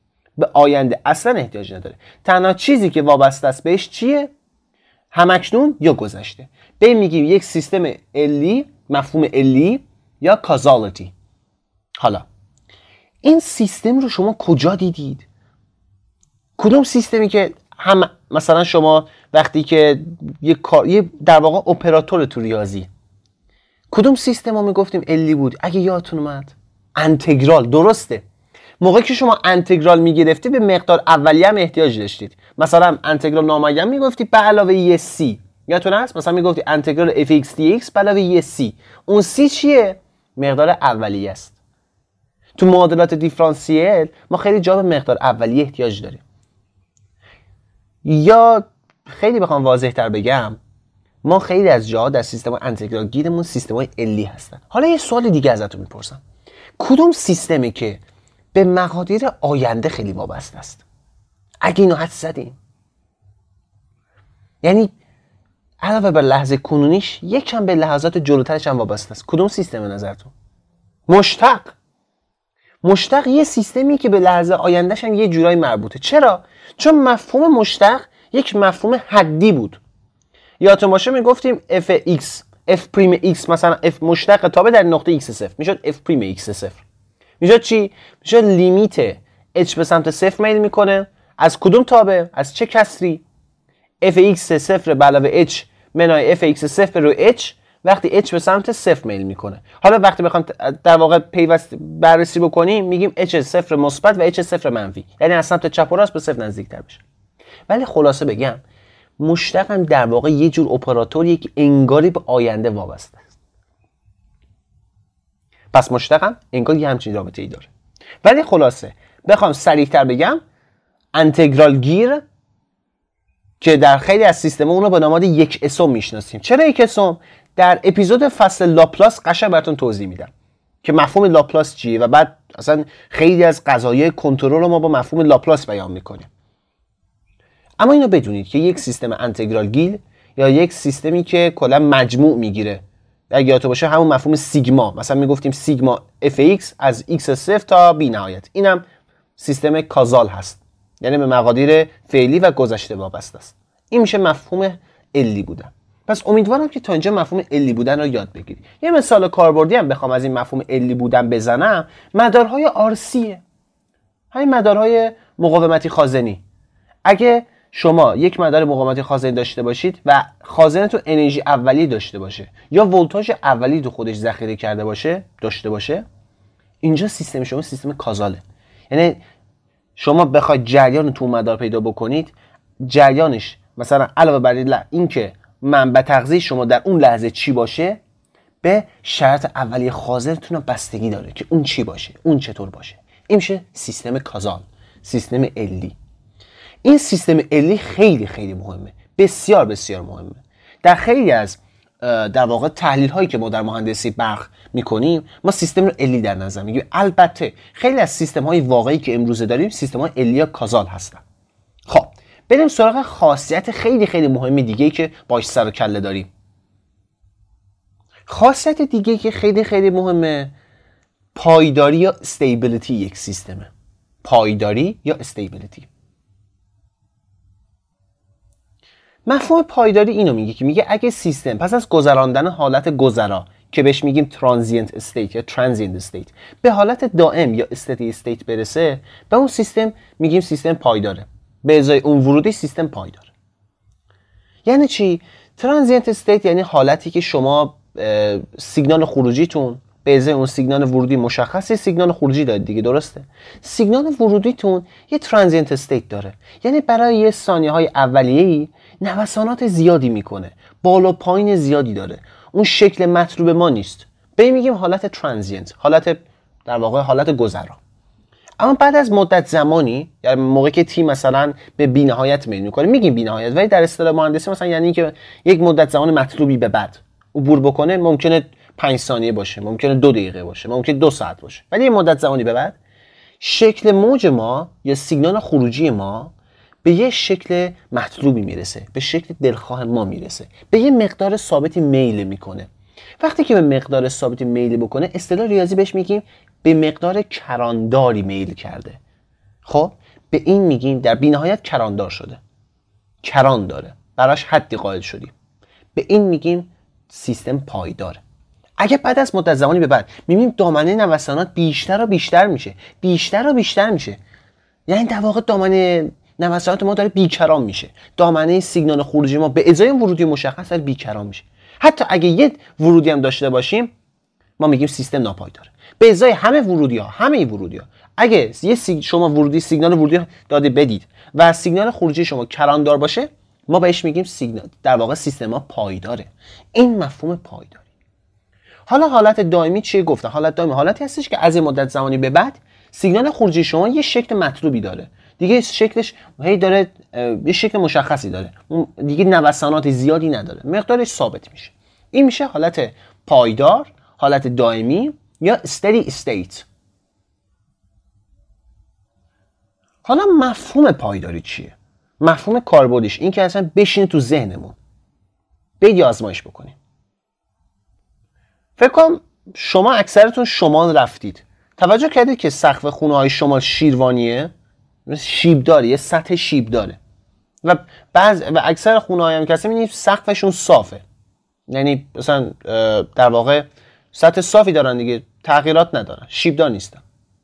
نداره. تنها چیزی که وابسته است بهش چیه؟ همکنون یا گذشته. به این میگیم یک سیستم علی، مفهوم علی یا کازالیتی. حالا این سیستم رو شما کجا دیدید؟ کدوم سیستمی که مثلا شما وقتی که یه در واقع اپراتور تو ریاضی، کدوم سیستم رو میگفتیم علی بود؟ اگه یادتون اومد انتگرال. درسته، موقعی که شما انتگرال میگرفتی به مقدار اولیه هم احتیاج داشتید. مثلا انتگرال نامعین میگفتی به علاوه یه سی، یادتون هست؟ مثلا میگفتی انتگرال fx dx به علاوه یه سی. اون سی چیه؟ مقدار اولیه است. تو معادلات دیفرانسیل ما خیلی جا به مقدار اولیه احتیاج داریم. یا خیلی بخوام واضح تر بگم، ما خیلی از جاها در سیستم انتگرال گیرمون سیستم های علی هستن. حالا یه سوال دیگه ازتون میپرسم، کدوم سیستمی که به مقادیر آینده خیلی وابسته است؟ اگه اینو حدس زدیم، یعنی علاوه بر لحظه کنونیش یکم به لحظات جلوترش هم وابسته است، کدوم سیستم نظرتون؟ مشتق یه سیستمی که به لحظه آیندهش هم یه جورایی مربوطه. چرا؟ چون مفهوم مشتق یک مفهوم حدی بود. یادتون باشه میگفتیم f پریم x، مثلا f مشتق تابع در نقطه x صفر میشد f پریم x صفر. میشد چی؟ میشد لیمیت h به سمت صفر میل میکنه از کدوم تابع؟ از چه کسری؟ f x صفر به علاوه h منهای f x صفر رو h وقتی h به سمت صفر میل میکنه. حالا وقتی بخوام در واقع پیوست بررسی بکنیم میگیم h صفر مثبت و h صفر منفی، یعنی از سمت چپ و راست به صفر نزدیکتر بشه. ولی خلاصه بگم مشتق هم در واقع یه جور اپراتوریه که انگاری به آینده وابسته است. پس مشتق هم انگار یه همچین رابطه‌ای داره. ولی خلاصه بخوام سریع‌تر بگم، انتگرال گیر که در خیلی از سیستم‌ها اون رو به نام یک اسم میشناسیم. چرا یک اسم؟ در اپیزود فصل لاپلاس قشنگ براتون توضیح میدم که مفهوم لاپلاس چیه و بعد اصلا خیلی از قضایای کنترل رو ما با مفهوم لاپلاس بیان میکنیم. اما اینو بدونید که یک سیستم انتگرال گیر یا یک سیستمی که کلا مجموع میگیره، اگه یادتون باشه همون مفهوم سیگما، مثلا میگفتیم سیگما fx از x صفر تا بی نهایت، اینم سیستم کازال هست، یعنی به مقادیر فعلی و گذشته وابسته است. این میشه مفهوم علی بودن. پس امیدوارم که تا اینجا مفهوم علی بودن رو یاد بگیرید. یه مثال کاربردی هم بخوام از این مفهوم علی بودن بزنم، مدارهای آرسیه، همین مدارهای مقاومتی خازنی. اگه شما یک مدار مقاومتی خازنی داشته باشید و خازنتون انرژی اولیه داشته باشه یا ولتاژ اولیه تو خودش ذخیره کرده باشه اینجا سیستم شما سیستم کازاله. یعنی شما بخواید جریان تو مدار پیدا بکنید، جریانش مثلا علاوه بر اینکه منبع تغذیه شما در اون لحظه چی باشه، به شرط اولیه خازنتون بستگی داره که اون چی باشه، اون چطور باشه. این میشه سیستم کازال، سیستم علی. این سیستم علی خیلی خیلی مهمه، بسیار بسیار مهمه. در خیلی از در واقع تحلیل هایی که ما در مهندسی برق میکنیم ما سیستم رو علی در نظر میگیریم. البته خیلی از سیستم های واقعی که امروزه داریم سیستم های علی یا کازال هستن. خب بریم سراغ خاصیت خیلی خیلی مهمی دیگه که باش سر و کله داریم. خاصیت دیگه که خیلی خیلی مهمه پایداری یا استیبیلیتی یک سیستمه. پایداری یا استیبیلیتی. مفهوم پایداری اینو میگه که میگه اگه سیستم پس از گذراندن حالت گذرا که بهش میگیم ترانزینت استیت یا ترانزینت استیت به حالت دائم یا استدی استیت برسه، به اون سیستم میگیم سیستم پایداره. به ازای اون ورودی سیستم پایداره. یعنی چی؟ ترانزینت استیت یعنی حالتی که شما سیگنال خروجیتون به ازای اون سیگنال ورودی مشخصی سیگنال خروجی دارید دیگه، درسته؟ سیگنال ورودیتون یه ترانزینت استیت داره، یعنی برای یه ثانیه های اولیه‌ای نوسانات زیادی میکنه، بالا پایین زیادی داره، اون شکل مطلوب ما نیست، به این میگیم حالت ترانزینت، حالت در واقع حالت گذرا. اما بعد از مدت زمانی، یعنی موقعی که تی مثلا به بی‌نهایت میل میکنه، میگیم بی‌نهایت، ولی در اصطلاح مهندسی مثلا یعنی که یک مدت زمان مطلوبی به بعد عبور بکنه، ممکنه 5 ثانیه باشه، ممکنه 2 دقیقه باشه، ممکنه 2 ساعت باشه، ولی یه مدت زمانی به بعد شکل موج ما یا سیگنال خروجی ما به یه شکل مطلوبی میرسه، به شکل دلخواه ما میرسه، به یه مقدار ثابتی میل میکنه. وقتی که به مقدار ثابتی میل بکنه، اصطلاح ریاضی بهش میگیم به مقدار کرانداری میل کرده. خب به این میگیم در بی‌نهایت کراندار شده، کران داره، براش حدی قائل شدیم، به این میگیم سیستم پایداره. اگه بعد از مدت زمانی به بعد میبینیم دامنه نوسانات بیشتر و بیشتر میشه، بیشتر و بیشتر میشه، یعنی در واقع دامنه نوسانات ما داره بیکران میشه، دامنه سیگنال خروجی ما به ازای ورودی مشخص داره بیکران میشه. حتی اگه یه ورودی هم داشته باشیم، ما میگیم سیستم ناپایداره. به ازای همه ورودی ها اگه شما ورودی سیگنال ورودی داده بدید و سیگنال خروجی شما کراندار باشه، ما بهش میگیم سیگنال در واقع سیستم ما پایداره. این مفهوم پایداری. حالا حالت دائمی چیه گفتم؟ حالت دائمی حالتی هستش که از این مدت زمانی به بعد سیگنال خروجی شما یه شکل مطلوبی داره، دیگه شکلش هی داره یه شکل مشخصی داره، دیگه نوسانات زیادی نداره، مقدارش ثابت میشه. این میشه حالت پایدار، حالت دائمی یا steady state. حالا مفهوم پایداری چیه؟ مفهوم کاربردش این که اصلا بشینه تو ذهنمون، برید آزمایش بکنید. فکر کنم شما اکثرتون شمال رفتید، توجه کردید که سقف خونه های شمال شیروانیه، شیب داره، یه سطح شیب داره و اکثر خونه های هم که می‌بینید سقفشون صافه، یعنی مثلا در واقع سطح صافی دارن دیگه، تغییرات ندارن، شیبدار نیستن.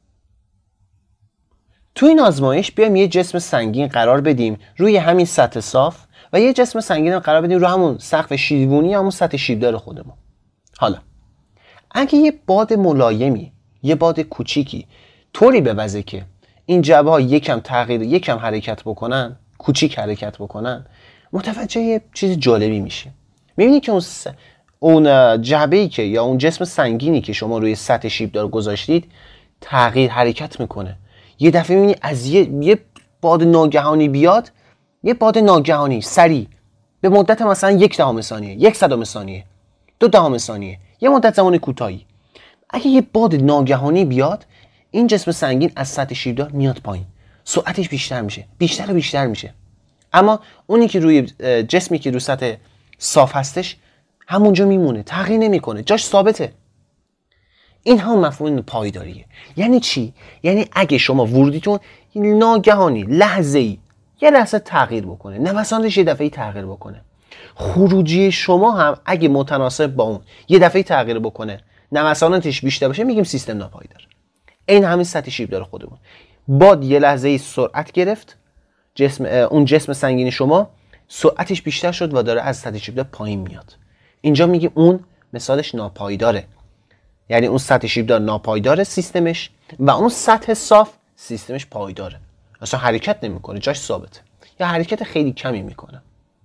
تو این آزمایش بیایم یه جسم سنگین قرار بدیم روی همین سطح صاف و یه جسم سنگین قرار بدیم روی همون سقف شیبونی، همون سطح شیبدار خودمون. حالا اگه یه باد ملایمی، یه باد کوچیکی طوری بوزه که این جعبه ها یکم تغییر، یکم حرکت بکنن، کوچیک حرکت بکنن، متوجه یه چیز جالبی میشه. میبینی که اون جعبه‌ای که یا اون جسم سنگینی که شما روی سطح شیبدار گذاشتید تغییر حرکت میکنه. یه دفعه میبینی از یه باد ناگهانی بیاد، یه باد ناگهانی سریع به مدت مثلا 1/10 ثانیه، 1/100 ثانیه، 0.2 ثانیه، یه مدت زمان کوتاهی. اگه یه باد ناگهانی بیاد، این جسم سنگین از سطح شیبدار میاد پایین، سرعتش بیشتر میشه، بیشتر و بیشتر میشه. اما اونی که روی جسمی که روی سطح صاف هستش همونجا میمونه، تغییر نمیکنه، جاش ثابته. این هم مفهوم پایداریه. یعنی چی؟ یعنی اگه شما ورودیتون ناگهانی لحظه‌ای یه لحظه تغییر بکنه، نوسانش یه دفعه‌ای تغییر بکنه، خروجی شما هم اگه متناسب با اون یه دفعه‌ای تغییر بکنه، نوساناتش بیشتر باشه، میگیم سیستم ناپایدار. این همین سطح شیبدار خودمون. باد یه لحظه‌ای سرعت گرفت، اون جسم سنگین شما سرعتش بیشتر شد و داره از سطح شیبدار پایین میاد. اینجا میگیم اون مثالش ناپایداره. یعنی اون سطح شیبدار ناپایداره سیستمش و اون سطح صاف سیستمش پایداره، اصلا حرکت نمیکنه، جاش ثابته یا حرکت خیلی کمی میکنه.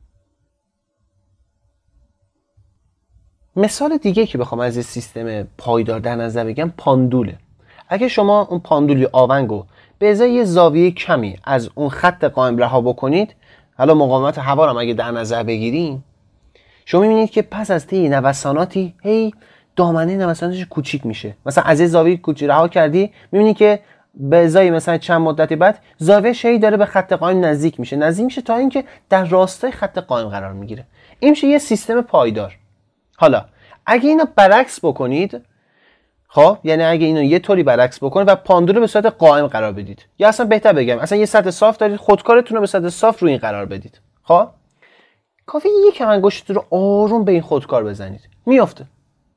مثال دیگه که بخوام از سیستم پایدار در نظر بگم پاندوله. اگه شما اون پاندولی آونگو به ازای یه زاویه کمی از اون خط قائم رها بکنید، حالا مقاومت هوا رو اگه در نظر بگیریم، شما می‌بینید که پس از طی نوساناتی هی دامنه نوساناتش کوچیک میشه. مثلا از یه زاویه کوچیک رها کردی، می‌بینی که به ازای مثلا چند مدتی بعد زاویه‌اش هی داره به خط قائم نزدیک میشه تا اینکه در راستای خط قائم قرار میگیره. این میشه یه سیستم پایدار. حالا اگه اینو برعکس بکنید، خب یعنی اگه اینو یه طوری برعکس بکنید و پاندول رو به صورت قائم قرار بدید، یا اصلا بهتر بگم اصلا یه سطح صاف دارید، خودکارتون رو به صورت صاف روی این قرار بدید، خب کافی یک انگشتتون رو آروم به این خودکار بزنید، میافته.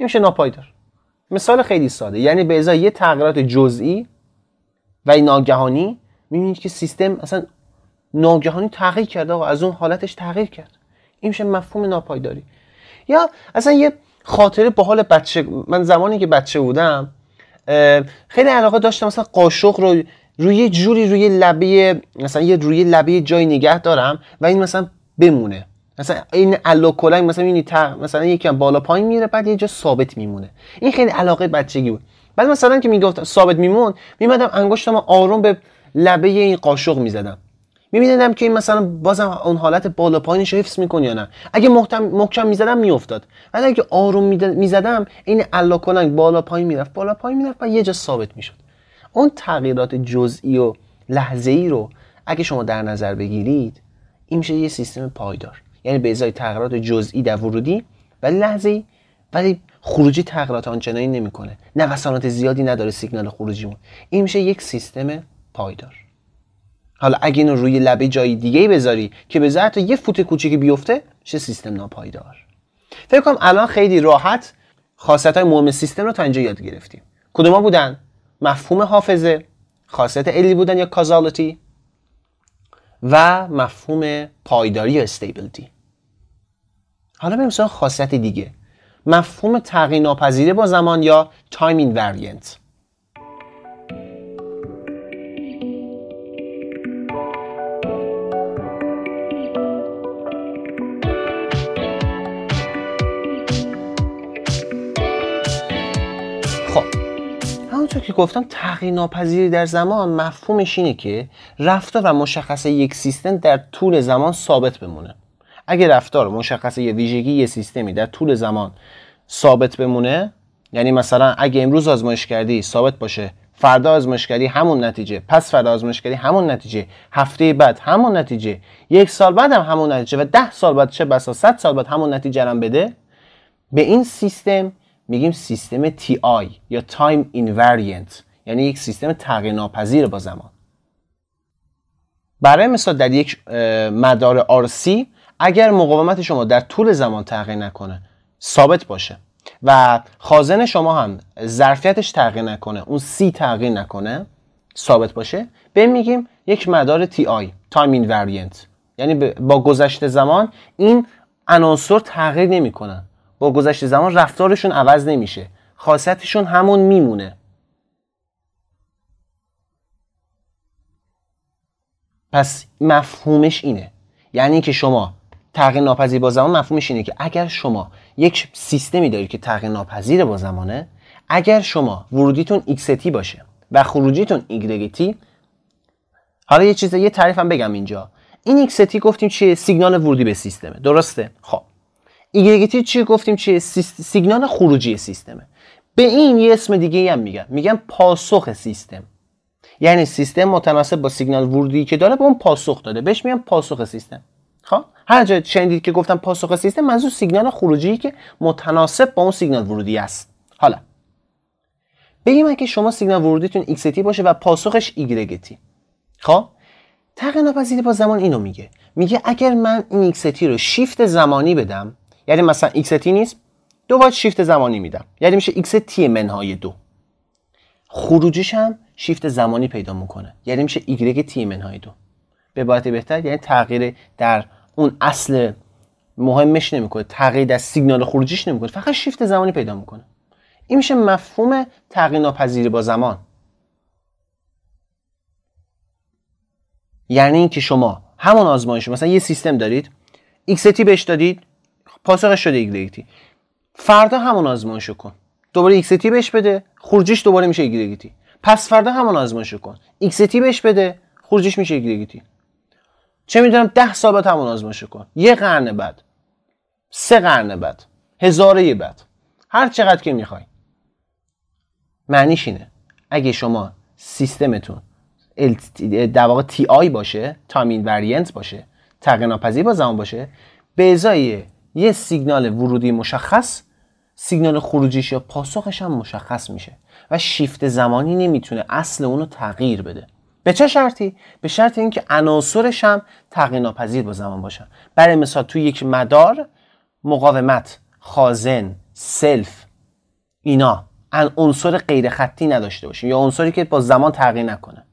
این میشه ناپایدار. مثال خیلی ساده، یعنی به ازای یه تغییرات جزئی و ناگهانی میبینید که سیستم اصلا ناگهانی تغییر کرده و از اون حالتش تغییر کرد. این میشه مفهوم ناپایداری. یا اصلا یه خاطره باحال بچه، من زمانی که بچه بودم خیلی علاقه داشتم مثلا قاشق رو روی جوری روی لبه، مثلا یه روی لبه جای نگه دارم و این مثلا بمونه، مثلا این الاکلنگ مثلا این مثلا یکم بالا پایین میره بعد یه جا ثابت میمونه. این خیلی علاقه بچگی بود. بعد مثلا که میگفت ثابت میمون، میمدم انگشتم آروم به لبه این قاشق میزدم، میبینیدم که این مثلا بازم اون حالت بالا پایینش حفظ میکنه یا نه. اگه محکم میزدم میافتاد، ولی اگه آروم میزدم این الاکلنگ بالا پایین میرفت و یه جا ثابت میشد. اون تغییرات جزئی و لحظه‌ای رو اگه شما در نظر بگیرید، این میشه یه سیستم پایدار. یعنی به ازای تغییرات جزئی در ورودی ولی لحظه‌ای، ولی خروجی تغییرات آنچنانی نمیکنه، نوسانات زیادی نداره سیگنال خروجیمون. این میشه یک سیستم پایدار. حالا اگه اینو روی لبه جای دیگه‌ای بذاری که به ذات یه فوت کوچیکی بیفته، میشه سیستم ناپایدار. فکر کنم الان خیلی راحت خاصیت‌های مهم سیستم رو تا اینجا یاد گرفتیم. کدوما بودن؟ مفهوم حافظه، خاصیت علی بودن یا کازالیتی و مفهوم پایداری یا استیبیلیتی. حالا بریم سراغ خاصیت دیگه، مفهوم تغییر ناپذیری با زمان یا تایم اینوریانت. همونطور که گفتم تغییر ناپذیری در زمان مفهومش اینه که رفتار و مشخصه یک سیستم در طول زمان ثابت بمونه. اگه رفتار مشخصه یه ویژگی یه سیستمی در طول زمان ثابت بمونه، یعنی مثلا اگه امروز آزمایش کردی ثابت باشه، فردا آزمایش کردی همون نتیجه، پس فردا آزمایش کردی همون نتیجه، هفته بعد همون نتیجه، یک سال بعد هم همون نتیجه و 10 سال بعد چه بسا 100 سال بعد همون نتیجه رو بده، به این سیستم میگیم سیستم TI یا Time Invariant، یعنی یک سیستم تغییر ناپذیر با زمان. برای مثال در یک مدار RC اگر مقاومت شما در طول زمان تغییر نکنه، ثابت باشه و خازن شما هم ظرفیتش تغییر نکنه، اون C تغییر نکنه، ثابت باشه، به میگیم یک مدار TI Time Invariant، یعنی با گذشت زمان این عناصر تغییر نمیکنن، با گذشت زمان رفتارشون عوض نمیشه، خاصیتشون همون میمونه. پس مفهومش اینه، یعنی که شما تغییر ناپذیر با زمان مفهومش اینه که اگر شما یک سیستمی دارید که تغییر ناپذیر با زمانه، اگر شما ورودیتون XT باشه و خروجیتون YT، حالا یه تعریفم بگم اینجا. این XT گفتیم چیه؟ سیگنال ورودی به سیستمه، درسته؟ خب YT چی گفتیم چیه؟ سیگنال خروجی سیستمه. به این یه اسم دیگه هم میگن پاسخ سیستم. یعنی سیستم متناسب با سیگنال ورودی که داره به اون پاسخ داده، بهش میگن پاسخ سیستم. خب هر جا شنیدید که گفتم پاسخ سیستم، منظور سیگنال خروجی که متناسب با اون سیگنال ورودی است. حالا بگیم اگه شما سیگنال ورودیتون XT باشه و پاسخش YT، خب تغییر ناپذیری با زمان اینو میگه اگر من این XT رو شیفت زمانی بدم، یعنی مثلا XT نیست، 2 باید شیفت زمانی میدم، یعنی میشه XT منهای 2. خروجیش هم شیفت زمانی پیدا میکنه، یعنی میشه YT منهای 2. به عبارت بهتر یعنی تغییر در اون اصل مهمش نمیکنه، تغییر در سیگنال خروجیش نمیکنه، فقط شیفت زمانی پیدا میکنه. این میشه مفهوم تغییر ناپذیری با زمان. یعنی اینکه شما همون آزمایش مثلا یه سیستم دارید، XT بهش دادید، پاسخش شده YT، فردا همون آزمایشو کن، دوباره XT بهش بده، خروجیش دوباره میشه YT، پس فردا همون آزمایشو کن، XT بهش بده، خروجیش میشه YT. چه میدونم 10 سال بعد همون آزمایشو کن، 1 قرن بعد، 3 قرن بعد، هزاره بعد، هر چقدر که میخوای. معنیش اینه اگه شما سیستمتون در واقع TI باشه، تایم اینوریانت باشه، تغییر ناپذیر با زمان باشه، به ازای یه سیگنال ورودی مشخص، سیگنال خروجیش یا پاسخش هم مشخص میشه و شیفت زمانی نمیتونه اصل اونو تغییر بده. به چه شرطی؟ به شرط اینکه عناصرش هم تغییر ناپذیر با زمان باشن. برای مثال توی یک مدار مقاومت، خازن، سلف اینا عنصر غیر خطی نداشته باشیم یا عنصری که با زمان تغییر نکنه.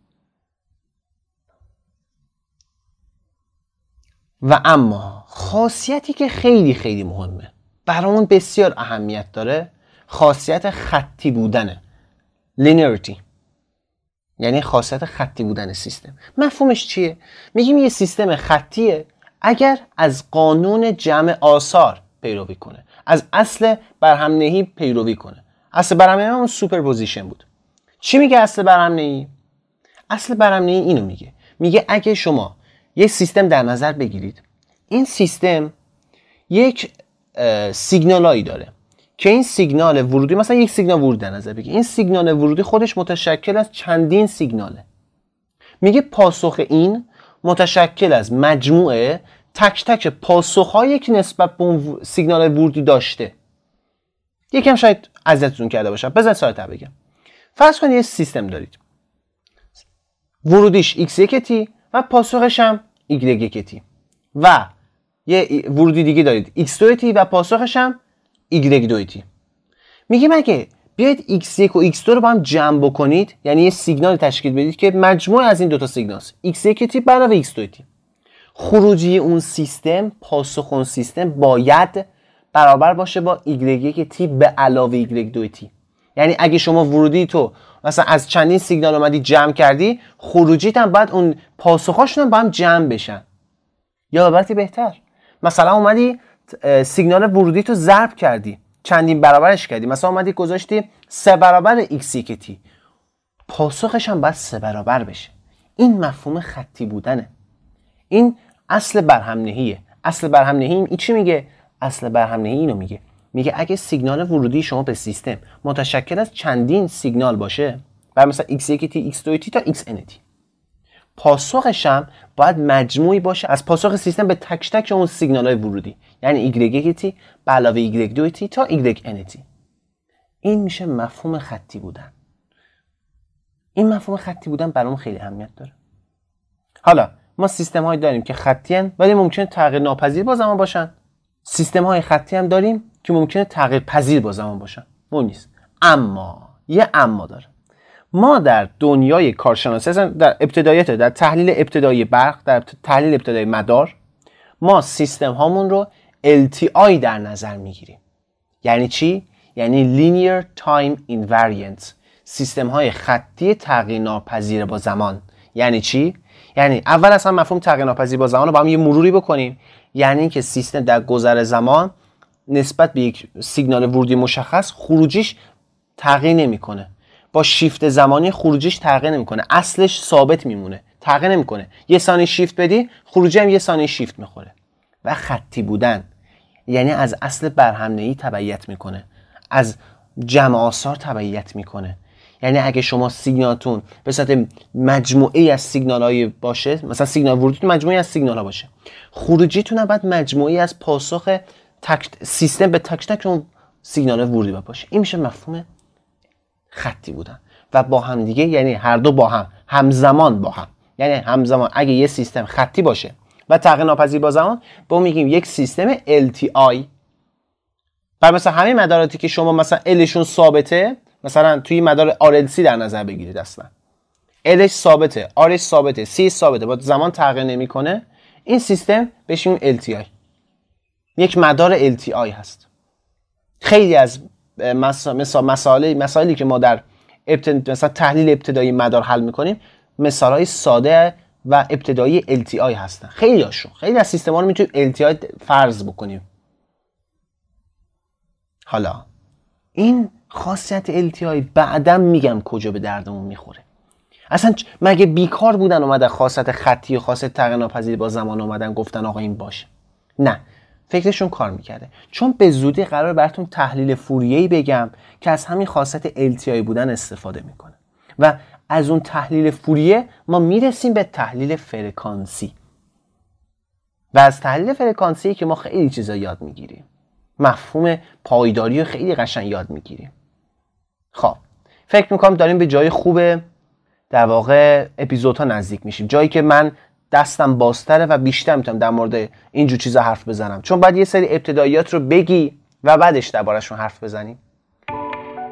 و اما خاصیتی که خیلی خیلی مهمه، برامون بسیار اهمیت داره، خاصیت خطی بودنه، linearity، یعنی خاصیت خطی بودن سیستم. مفهومش چیه؟ میگیم یه سیستم خطیه اگر از قانون جمع آثار پیروی کنه، از اصل برهم‌نهی پیروی کنه. اصل برهم‌نهی همون سوپرپوزیشن بود. چی میگه اصل برهم‌نهی؟ اصل برهم‌نهی اینو میگه اگه شما یک سیستم در نظر بگیرید، این سیستم یک سیگنالایی داره که این سیگنال ورودی، مثلا یک سیگنال ورودی در نظر بگیرید، این سیگنال ورودی خودش متشکل از چندین سیگناله. میگه پاسخ این متشکل از مجموعه تک تک پاسخهایی که نسبت به اون سیگنال ورودی داشته. یکم شاید اذیتتون کرده باشم، بذار ساده‌تر بگم. فرض کنید یه سیستم دارید، ورودیش x1t و پاسخش هم y1t، و یه ورودی دیگه دارید x2t و پاسخش هم y2t. میگیم اگه بیاید x1 و x2 رو با هم جمع بکنید، یعنی یه سیگنال تشکیل بدید که مجموعه از این دوتا سیگنال است، x1t علاوه x2t، خروجی اون سیستم، پاسخ اون سیستم باید برابر باشه با y1t به علاوه y2t. یعنی اگه شما ورودی تو مثلا از چندین سیگنال اومدی جمع کردی، خروجیت هم باید اون پاسخاشون هم با هم جمع بشن. یا عبارتی بهتر، مثلا اومدی سیگنال ورودی تو ضرب کردی، چندین برابرش کردی، مثلا اومدی گذاشتی 3 برابر x1t، پاسخش هم باید 3 برابر بشه. این مفهوم خطی بودنه. این اصل برهم‌نهیه. اصل برهم‌نهی این چی میگه؟ اصل برهم‌نهی اینو میگه اگه سیگنال ورودی شما به سیستم متشکل از چندین سیگنال باشه، و مثلا x1t x2t تا xnت، پاسخش هم باید مجموعی باشه از پاسخ سیستم به تک تک اون سیگنال‌های ورودی، یعنی y1t به علاوه y2t تا ynت. این میشه مفهوم خطی بودن. این مفهوم خطی بودن برامون خیلی اهمیت داره. حالا ما سیستم هایی داریم که خطی هستند ولی ممکنه تغییر ناپذیر با زمان باشن. سیستم های خطی هم داریم که ممکنه تغییر پذیر با زمان باشن. مهم نیست. اما یه اما داره. ما در دنیای کارشناسی، در ابتداییات، در تحلیل ابتدایی برق، در تحلیل ابتدایی مدار، ما سیستم هامون رو LTI در نظر میگیریم. یعنی چی؟ یعنی Linear Time Invariant، سیستم های خطی تغییر ناپذیر با زمان. یعنی چی؟ یعنی اول اصلا مفهوم تغییر ناپذیر با زمان رو با هم یه مروری بکنیم. یعنی اینکه سیستم در گذر زمان نسبت به یک سیگنال ورودی مشخص خروجیش تغییر نمیکنه. با شیفت زمانی خروجیش تغییر نمیکنه، اصلش ثابت میمونه، تغییر نمیکنه. یه ثانیه شیفت بدی، خروجی هم یه ثانیه شیفت میخوره. و خطی بودن یعنی از اصل برهم‌نهی تبعیت میکنه، از جمع آثار تبعیت میکنه. یعنی اگه شما سیگنالتون به صورت مجموعه‌ای از سیگنال‌های باشه، مثلا سیگنال ورودیتون مجموعه‌ای از سیگنال‌ها باشه، خروجیتون هم باید مجموعه‌ای از پاسخ سیستم به تک تک اون سیگنال ورودی باشه. این میشه مفهوم خطی بودن. و با هم دیگه یعنی هر دو با هم، همزمان با هم، یعنی همزمان اگه یه سیستم خطی باشه و تغییر ناپذیر با زمان، با میگیم یک سیستم LTI. بر مثلا همین مداراتی که شما مثلا Lشون ثابته، مثلا توی مدار RLC در نظر بگیرید، اصلا Lش ثابته، Rش ثابته، C ثابته، با زمان تغییر نمیکنه، این سیستم بهش میگیم LTI. یک مدار LTI هست. خیلی از مسائلی که ما در مثلا تحلیل ابتدایی مدار حل میکنیم، مثالهای ساده و ابتدایی LTI هستن. خیلی از سیستم‌ها رو میتونیم LTI فرض بکنیم. حالا این خاصیت LTI بعداً میگم کجا به دردمون میخوره. اصلا مگه بیکار بودن اومدن خاصیت خطی و خاصیت تغییر ناپذیر با زمان اومدن گفتن آقا این باشه؟ نه، فکرشون کار میکرده. چون به زودی قرار براتون تحلیل فوریه‌ای بگم که از همین خاصیت LTI بودن استفاده میکنه و از اون تحلیل فوریه ما میرسیم به تحلیل فرکانسی. و از تحلیل فرکانسی که ما خیلی چیزا یاد میگیریم، مفهوم پایداری رو خیلی قشنگ یاد میگیریم. خب فکر میکنم داریم به جای خوب در واقع اپیزودها نزدیک میشیم، جایی که من دستم بازتره و بیشتر میتونم در مورد اینجور چیزا حرف بزنم، چون بعد یه سری ابتداییات رو بگی و بعدش درباره‌شون حرف بزنیم.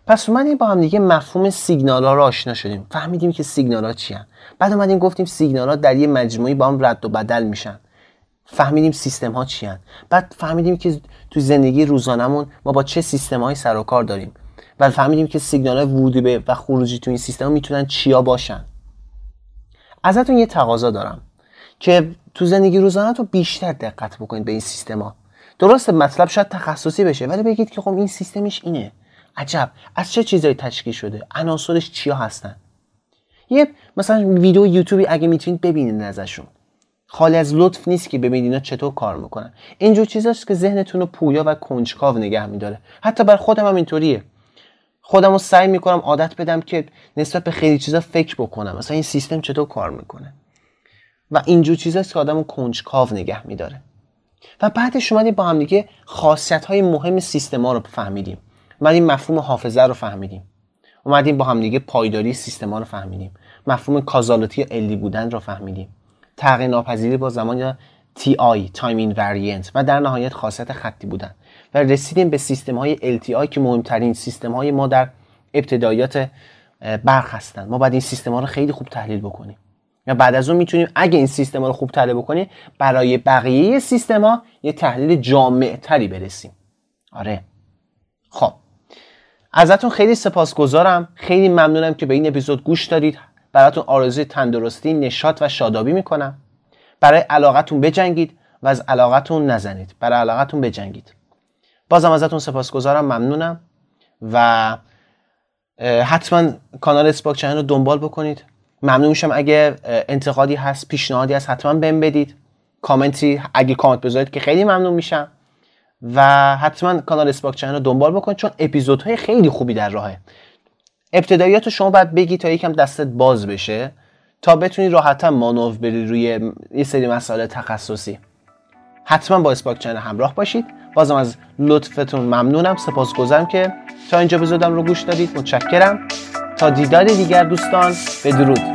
پس اومدیم با هم دیگه مفهوم سیگنال ها رو آشنا شدیم، فهمیدیم که سیگنال ها چی هن. بعد اومدیم گفتیم سیگنال ها در یه مجموعی با هم رد و بدل میشن، فهمیدیم سیستم ها چی هن. بعد فهمیدیم که تو زندگی روزانمون ما با چه سیستم هایی سر و کار داریم و فهمیدیم که سیگنال های ورودی و خروجی تو این سیستم ها میتونن چیا باشن. ازتون یه تقاضا دارم که تو زندگی روزانه تو بیشتر دقت بکنید به این سیستما. درسته مطلب شاید تخصصی بشه، ولی بگید که خب این سیستمش اینه، عجب از چه چیزایی تشکیل شده، عناصرش چیا هستن. یه مثلا ویدیو یوتیوبی اگه میتونید ببینید ازشون، خالی از لطف نیست که ببینید اینا چطور کار میکنن. اینجور چیزاست که ذهنتون رو پویا و کنجکاو نگه میداره. حتی بر خودم هم اینطوریه. خودم رو سعی میکنم عادت بدم که نسبت به خیلی چیزا فکر بکنم، مثلا این سیستم چطور کار میکنه و اینجور چیزاست که آدمو کنجکاو نگه میداره. و بعدش اومدیم با هم دیگه خاصیت‌های مهم سیستما رو فهمیدیم. اومدیم مفهوم حافظه رو فهمیدیم. اومدیم با هم دیگه پایداری سیستما رو فهمیدیم. مفهوم کازالیتی یا علی بودن رو فهمیدیم. تغییر ناپذیری با زمان یا TI تایم اینوریانت و در نهایت خاصیت خطی بودن. و رسیدیم به سیستم‌های LTI که مهمترین سیستم‌های ما در ابتدایات برق هستن. ما باید این سیستم‌ها رو خیلی خوب تحلیل بکنیم. و بعد از اون میتونیم اگه این سیستما رو خوب تحلیل بکنیم برای بقیه سیستما یه تحلیل جامع تری برسیم. آره. خب ازتون خیلی سپاسگزارم، خیلی ممنونم که به این اپیزود گوش دادید. براتون آرزوی تندرستی، نشاط و شادابی میکنم. برای علاقتون بجنگید و از علاقتون نزنید. برای علاقتون بجنگید. بازم ازتون سپاسگزارم، ممنونم و حتما کانال اسپاک چنل رو دنبال بکنید. ممنون میشم اگه انتقادی هست، پیشنهادی هست حتما بهم بدید. کامنتی اگه کامنت بذارید که خیلی ممنون میشم و حتما کانال اسپاک چنل رو دنبال بکنید چون اپیزودهای خیلی خوبی در راهه. ابتداییات شما باید بگی تا یکم دستت باز بشه تا بتونی راحت‌تر مانور بری روی یه سری مسائل تخصصی. حتما با اسپاک چنل همراه باشید. بازم از لطفتون ممنونم، سپاسگزارم که تا اینجا اپیزودم رو گوش دادید. متشکرم. تا دیدار دیگر دوستان، بدرود.